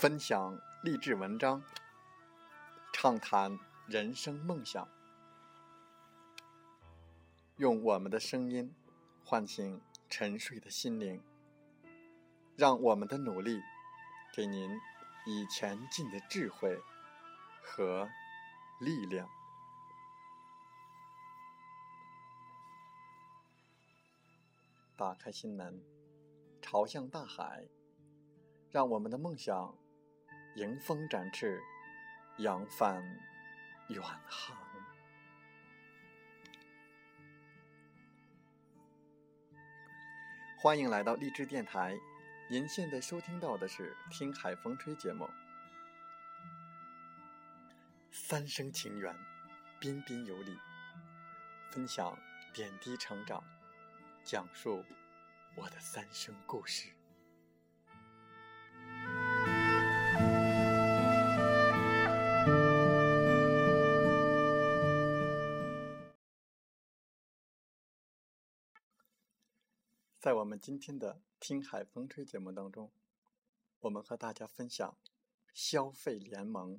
分享励志文章，畅谈人生梦想，用我们的声音唤醒沉睡的心灵，让我们的努力给您以前进的智慧和力量。打开心门，朝向大海，让我们的梦想迎风展翅，扬帆远航。欢迎来到励志电台，您现在收听到的是听海风吹节目。三生情缘，彬彬有礼，分享点滴成长，讲述我的三生故事。在我们今天的听海风吹节目当中，我们和大家分享消费联盟。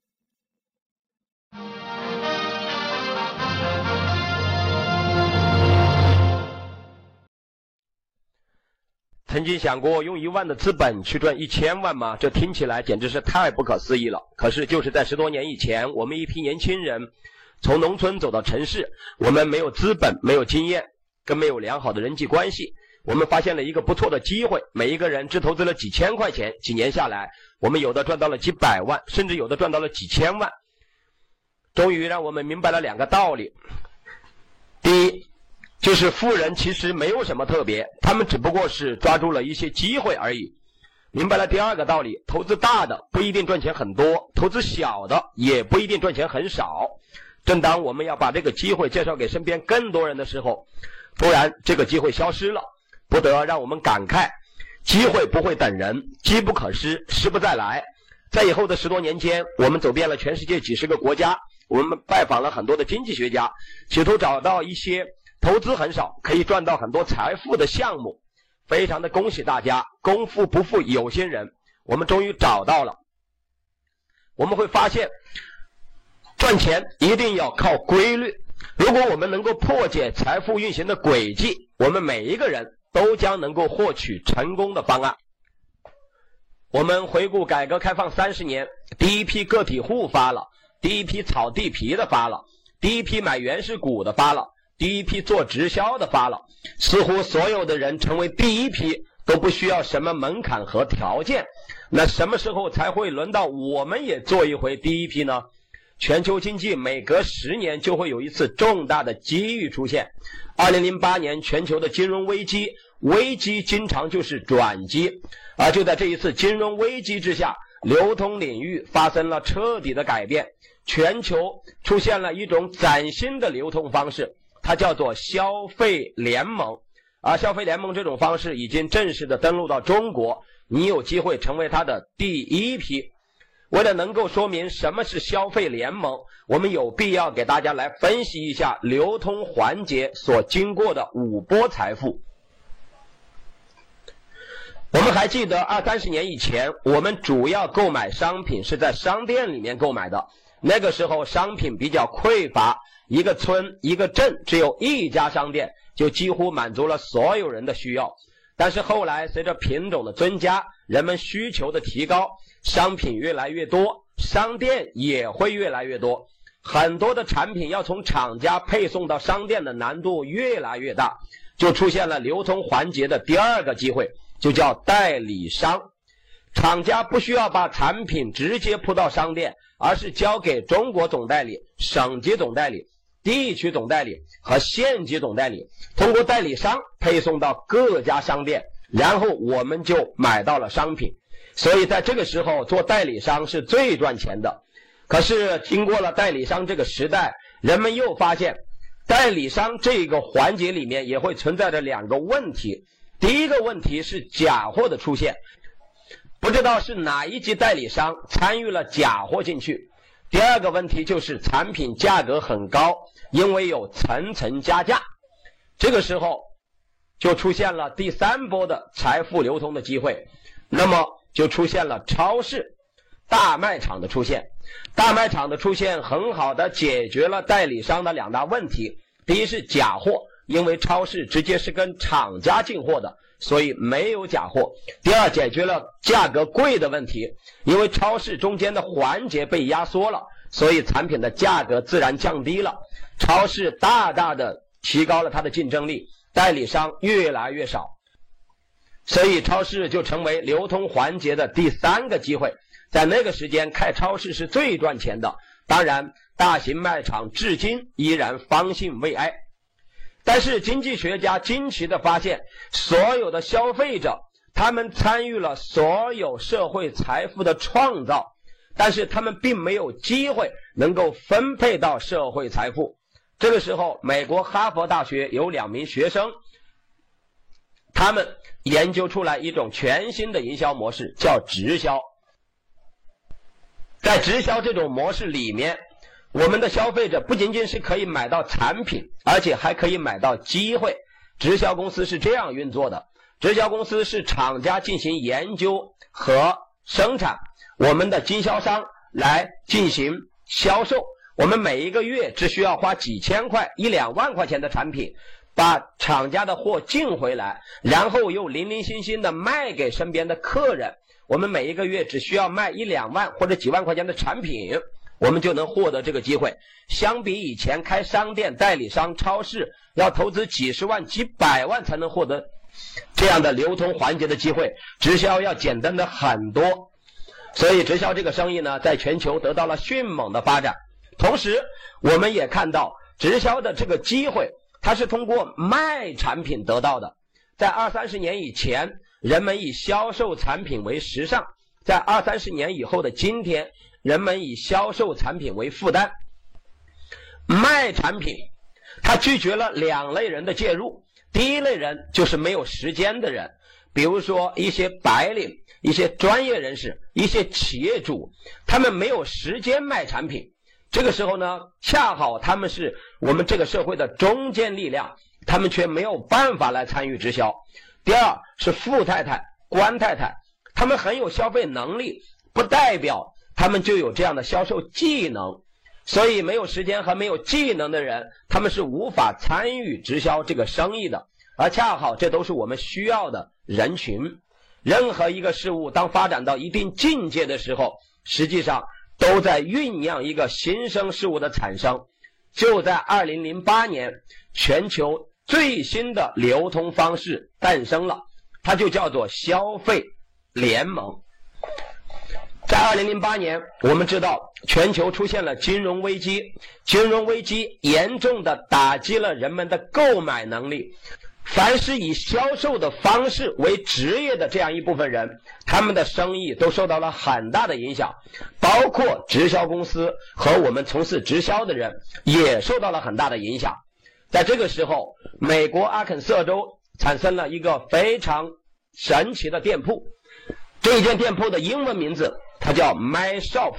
曾经想过用1万的资本去赚1000万吗？这听起来简直是太不可思议了。可是就是在10多年以前，我们一批年轻人从农村走到城市，我们没有资本，没有经验，更没有良好的人际关系。我们发现了一个不错的机会，每一个人只投资了几千块钱，几年下来，我们有的赚到了几百万，甚至有的赚到了几千万。终于让我们明白了2个道理。第一，就是富人其实没有什么特别，他们只不过是抓住了一些机会而已。明白了第2个道理，投资大的不一定赚钱很多，投资小的也不一定赚钱很少。正当我们要把这个机会介绍给身边更多人的时候，突然这个机会消失了，不得让我们感慨，机会不会等人，机不可失，失不再来。在以后的10多年间，我们走遍了全世界几10个国家，我们拜访了很多的经济学家，企图找到一些投资很少可以赚到很多财富的项目。非常的恭喜大家，功夫不负有心人，我们终于找到了。我们会发现赚钱一定要靠规律，如果我们能够破解财富运行的轨迹，我们每一个人都将能够获取成功的方案。我们回顾改革开放30年，第一批个体户发了，第一批炒地皮的发了，第一批买原始股的发了，第一批做直销的发了。似乎所有的人成为第一批都不需要什么门槛和条件。那什么时候才会轮到我们也做一回第一批呢？全球经济每隔10年就会有一次重大的机遇出现。2008年全球的金融危机，危机经常就是转机，而就在这一次金融危机之下，流通领域发生了彻底的改变，全球出现了一种崭新的流通方式，它叫做消费联盟。而消费联盟这种方式已经正式的登陆到中国，你有机会成为它的第一批。为了能够说明什么是消费联盟，我们有必要给大家来分析一下流通环节所经过的5波财富。我们还记得20-30年以前，我们主要购买商品是在商店里面购买的，那个时候商品比较匮乏，一个村一个镇只有1家商店，就几乎满足了所有人的需要。但是后来随着品种的增加，人们需求的提高，商品越来越多，商店也会越来越多，很多的产品要从厂家配送到商店的难度越来越大，就出现了流通环节的第2个机会，就叫代理商。厂家不需要把产品直接铺到商店，而是交给中国总代理、省级总代理、地区总代理和县级总代理，通过代理商配送到各家商店，然后我们就买到了商品。所以在这个时候做代理商是最赚钱的。可是经过了代理商这个时代，人们又发现代理商这个环节里面也会存在着2个问题。第一个问题是假货的出现，不知道是哪一级代理商参与了假货进去。第2个问题就是产品价格很高，因为有层层加价。这个时候就出现了第3波的财富流通的机会，那么就出现了超市。 大卖场的出现。大卖场的出现很好的解决了代理商的两大问题。第一是假货，因为超市直接是跟厂家进货的，所以没有假货。第二，解决了价格贵的问题，因为超市中间的环节被压缩了，所以产品的价格自然降低了。超市大大的提高了它的竞争力，代理商越来越少，所以超市就成为流通环节的第三个机会。在那个时间开超市是最赚钱的，当然大型卖场至今依然方兴未艾。但是经济学家惊奇地发现，所有的消费者他们参与了所有社会财富的创造，但是他们并没有机会能够分配到社会财富。这个时候美国哈佛大学有2名学生，他们研究出来一种全新的营销模式，叫直销。在直销这种模式里面，我们的消费者不仅仅是可以买到产品，而且还可以买到机会。直销公司是这样运作的，直销公司是厂家进行研究和生产，我们的经销商来进行销售。我们每一个月只需要花几千块、1-2万块钱的产品，把厂家的货进回来，然后又零零星星的卖给身边的客人。我们每一个月只需要卖1-2万或者几万块钱的产品，我们就能获得这个机会。相比以前开商店、代理商、超市要投资几十万、几百万才能获得这样的流通环节的机会，直销要简单的很多。所以直销这个生意呢，在全球得到了迅猛的发展。同时我们也看到直销的这个机会，它是通过卖产品得到的。在20-30年以前，人们以销售产品为时尚，在20-30年以后的今天，人们以销售产品为负担。卖产品它拒绝了2类人的介入。第一类人就是没有时间的人，比如说一些白领、一些专业人士、一些企业主，他们没有时间卖产品。这个时候呢，恰好他们是我们这个社会的中坚力量，他们却没有办法来参与直销。第二是富太太、官太太，他们很有消费能力，不代表他们就有这样的销售技能，所以没有时间和没有技能的人，他们是无法参与直销这个生意的。而恰好这都是我们需要的人群。任何一个事物当发展到一定境界的时候，实际上都在酝酿一个新生事物的产生。就在2008年，全球最新的流通方式诞生了，它就叫做消费联盟。在2008年，我们知道全球出现了金融危机，金融危机严重的打击了人们的购买能力。凡是以销售的方式为职业的这样一部分人，他们的生意都受到了很大的影响，包括直销公司和我们从事直销的人也受到了很大的影响。在这个时候，美国阿肯色州产生了一个非常神奇的店铺，这一间店铺的英文名字它叫 My Shop，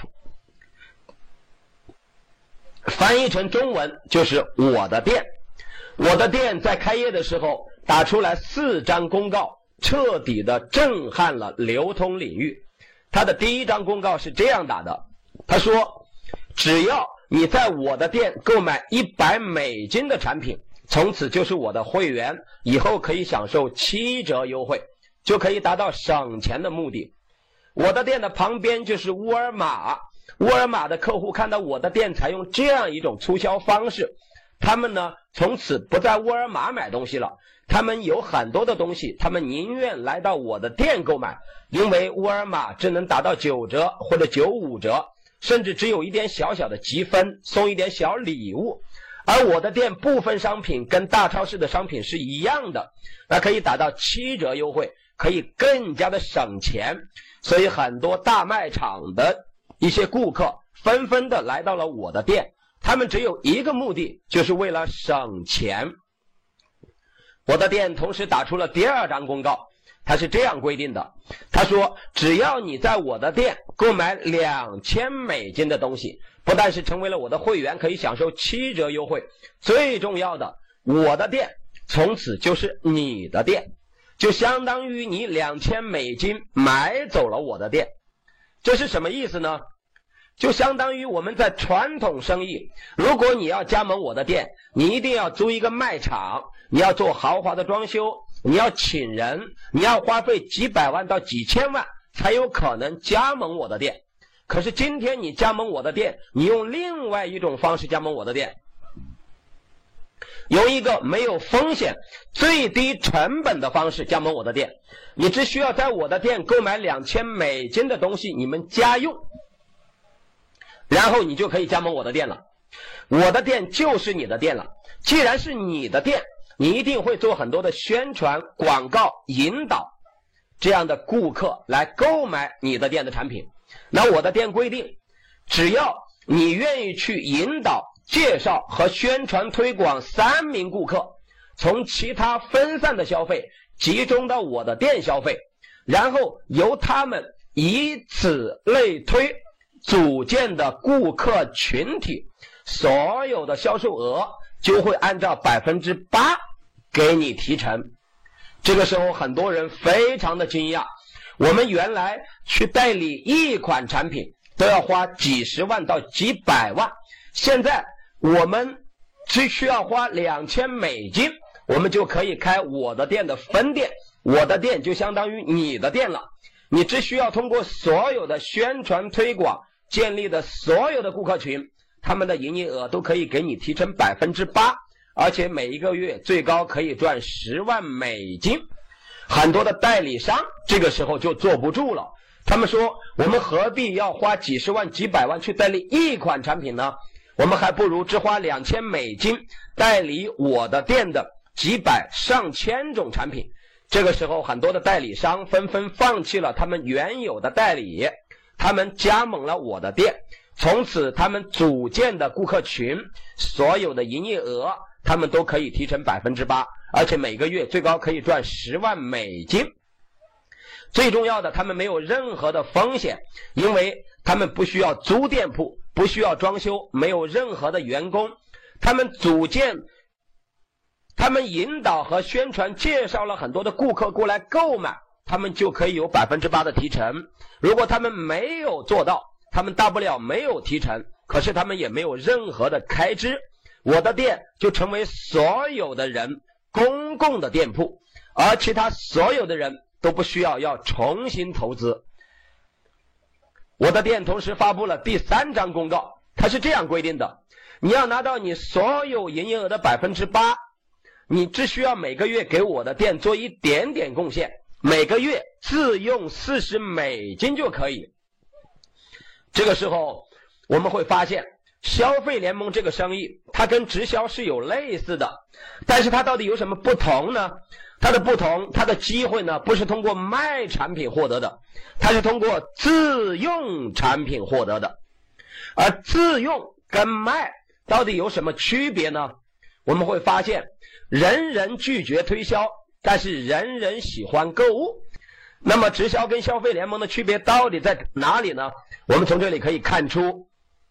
翻译成中文就是我的店。我的店在开业的时候打出来4张公告，彻底的震撼了流通领域。他的第一张公告是这样打的，他说只要你在我的店购买$100的产品，从此就是我的会员，以后可以享受7折优惠，就可以达到省钱的目的。我的店的旁边就是沃尔玛，沃尔玛的客户看到我的店采用这样一种促销方式，他们呢从此不在沃尔玛买东西了，他们有很多的东西他们宁愿来到我的店购买，因为沃尔玛只能达到9折或者95折，甚至只有一点小小的积分，送一点小礼物。而我的店部分商品跟大超市的商品是一样的，那可以达到7折优惠，可以更加的省钱。所以很多大卖场的一些顾客纷纷的来到了我的店，他们只有一个目的，就是为了省钱。我的店同时打出了第2张公告，它是这样规定的，他说只要你在我的店购买$2000的东西，不但是成为了我的会员，可以享受7折优惠，最重要的，我的店从此就是你的店，就相当于你$2000买走了我的店。 这是什么意思呢？就相当于我们在传统生意，如果你要加盟我的店，你一定要租一个卖场，你要做豪华的装修，你要请人，你要花费几百万到几千万才有可能加盟我的店。可是今天你加盟我的店，你用另外一种方式加盟我的店，用一个没有风险、最低成本的方式加盟我的店。你只需要在我的店购买$2000的东西，你们家用，然后你就可以加盟我的店了。我的店就是你的店了。既然是你的店，你一定会做很多的宣传、广告、引导这样的顾客来购买你的店的产品。那我的店规定，只要你愿意去引导、介绍和宣传推广3名顾客，从其他分散的消费集中到我的店消费，然后由他们以此类推组建的顾客群体，所有的销售额就会按照8%给你提成。这个时候很多人非常的惊讶，我们原来去代理一款产品都要花几十万到几百万，现在我们只需要花$2000，我们就可以开我的店的分店，我的店就相当于你的店了。你只需要通过所有的宣传推广建立的所有的顾客群，他们的营业额都可以给你提成8%，而且每一个月最高可以赚$10万。很多的代理商这个时候就坐不住了，他们说我们何必要花几十万几百万去代理一款产品呢？我们还不如只花$2000代理我的店的几百上千种产品。这个时候很多的代理商纷纷放弃了他们原有的代理，他们加盟了我的店，从此他们组建的顾客群所有的营业额他们都可以提成8%，而且每个月最高可以赚$10万。最重要的，他们没有任何的风险，因为他们不需要租店铺，不需要装修，没有任何的员工，他们组建，他们引导和宣传介绍了很多的顾客过来购买，他们就可以有8%的提成。如果他们没有做到，他们大不了没有提成，可是他们也没有任何的开支，我的店就成为所有的人公共的店铺，而其他所有的人都不需要重新投资。我的店同时发布了第3张公告，它是这样规定的：你要拿到你所有营业额的8%，你只需要每个月给我的店做一点点贡献，每个月自用$40就可以。这个时候我们会发现，消费联盟这个生意它跟直销是有类似的，但是它到底有什么不同呢？它的不同，它的机会呢，不是通过卖产品获得的，它是通过自用产品获得的。而自用跟卖到底有什么区别呢？我们会发现，人人拒绝推销，但是人人喜欢购物。那么直销跟消费联盟的区别到底在哪里呢？我们从这里可以看出，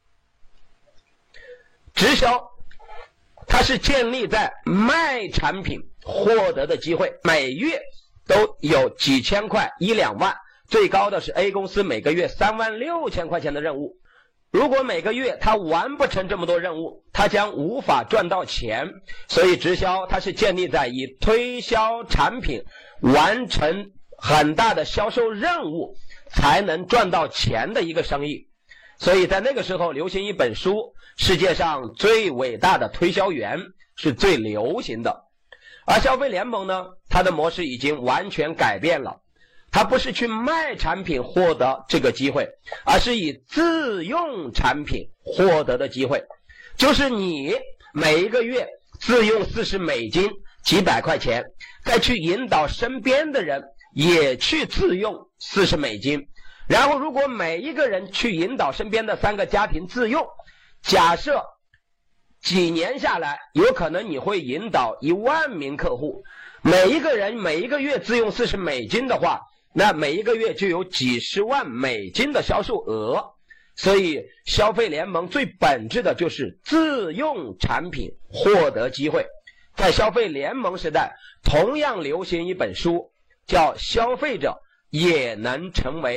直销它是建立在卖产品获得的机会，每月都有几千块、1-2万，最高的是 A 公司每个月36000块钱的任务。如果每个月他完不成这么多任务，他将无法赚到钱。所以直销它是建立在以推销产品完成很大的销售任务才能赚到钱的一个生意。所以在那个时候流行一本书，世界上最伟大的推销员是最流行的。而消费联盟呢，它的模式已经完全改变了，它不是去卖产品获得这个机会，而是以自用产品获得的机会。就是你每一个月自用$40几百块钱，再去引导身边的人也去自用$40，然后如果每一个人去引导身边的3个家庭自用，假设几年下来，有可能你会引导1万名客户，每一个人每一个月自用$40的话，那每一个月就有几十万美金的销售额。所以消费联盟最本质的就是自用产品获得机会。在消费联盟时代，同样流行一本书，叫《消费者也能成为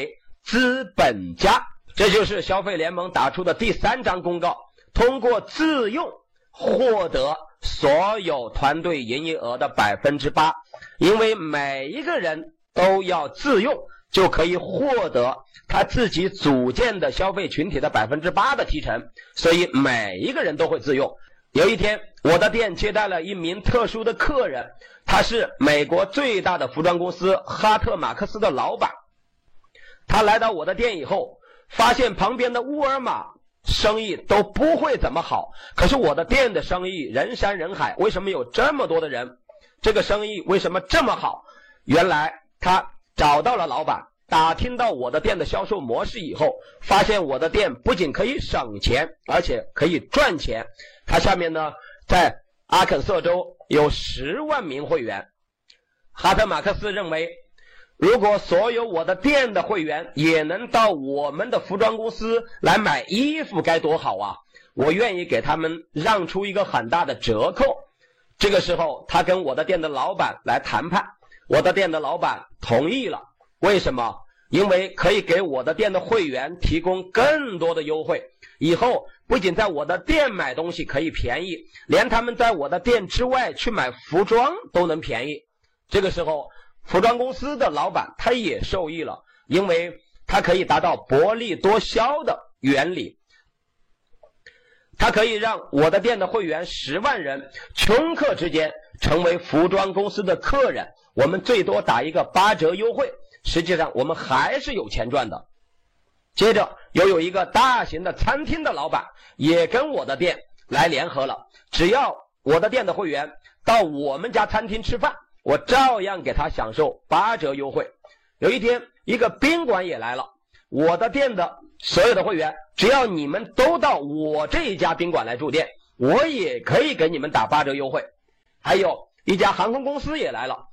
资本家。这就是消费联盟打出的第3张公告，通过自用获得所有团队营业额的 8%， 因为每一个人都要自用，就可以获得他自己组建的消费群体的 8% 的提成，所以每一个人都会自用。有一天，我的店接待了一名特殊的客人，他是美国最大的服装公司哈特马克思的老板。他来到我的店以后，发现旁边的沃尔玛生意都不会怎么好，可是我的店的生意人山人海，为什么有这么多的人？这个生意为什么这么好？原来他找到了老板，打听到我的店的销售模式以后，发现我的店不仅可以省钱，而且可以赚钱。他下面呢，在阿肯色州有10万名会员。哈特马克思认为，如果所有我的店的会员也能到我们的服装公司来买衣服该多好啊，我愿意给他们让出一个很大的折扣。这个时候他跟我的店的老板来谈判，我的店的老板同意了。为什么？因为可以给我的店的会员提供更多的优惠，以后不仅在我的店买东西可以便宜，连他们在我的店之外去买服装都能便宜。这个时候服装公司的老板他也受益了，因为他可以达到薄利多销的原理，他可以让我的店的会员10万人顷刻之间成为服装公司的客人，我们最多打一个8折优惠，实际上我们还是有钱赚的。接着又有一个大型的餐厅的老板也跟我的店来联合了，只要我的店的会员到我们家餐厅吃饭，我照样给他享受8折优惠。有一天一个宾馆也来了，我的店的所有的会员，只要你们都到我这一家宾馆来住店，我也可以给你们打8折优惠。还有一家航空公司也来了，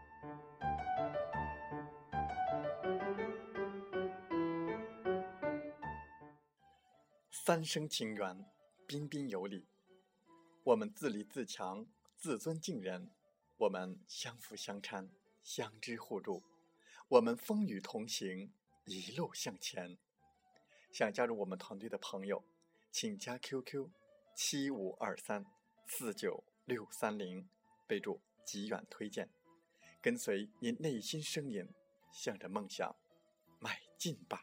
三生情缘，彬彬有礼。我们自立自强，自尊敬人。我们相辅相搀，相知互助。我们风雨同行，一路向前。想加入我们团队的朋友，请加 QQ 7523-49630，备注极远推荐，跟随您内心声音，向着梦想迈进吧。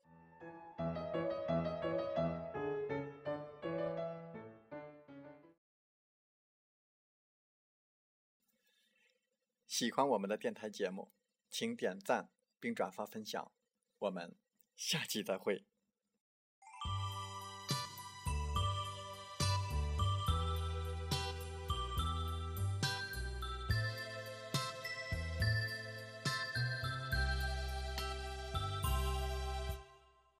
喜欢我们的电台节目，请点赞并转发分享。我们下期再会。